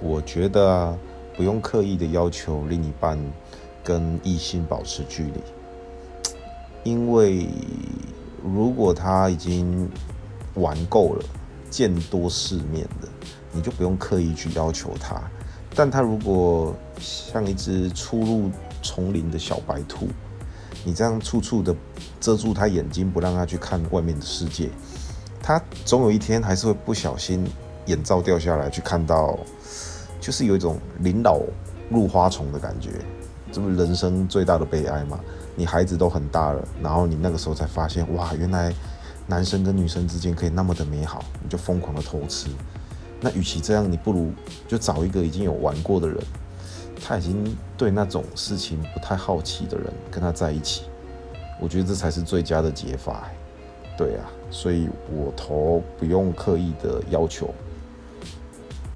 我觉得啊，不用刻意的要求另一半跟异性保持距离，因为如果他已经玩够了，见多世面的，你就不用刻意去要求他。但他如果像一只初入丛林的小白兔，你这样处处的遮住他眼睛，不让他去看外面的世界，他总有一天还是会不小心眼罩掉下来，去看到，就是有一种临老入花丛的感觉，这不是人生最大的悲哀吗？你孩子都很大了，然后你那个时候才发现，哇，原来男生跟女生之间可以那么的美好，你就疯狂的偷吃。那与其这样，你不如就找一个已经有玩过的人，他已经对那种事情不太好奇的人跟他在一起，我觉得这才是最佳的解法。对啊，所以我投不用刻意的要求，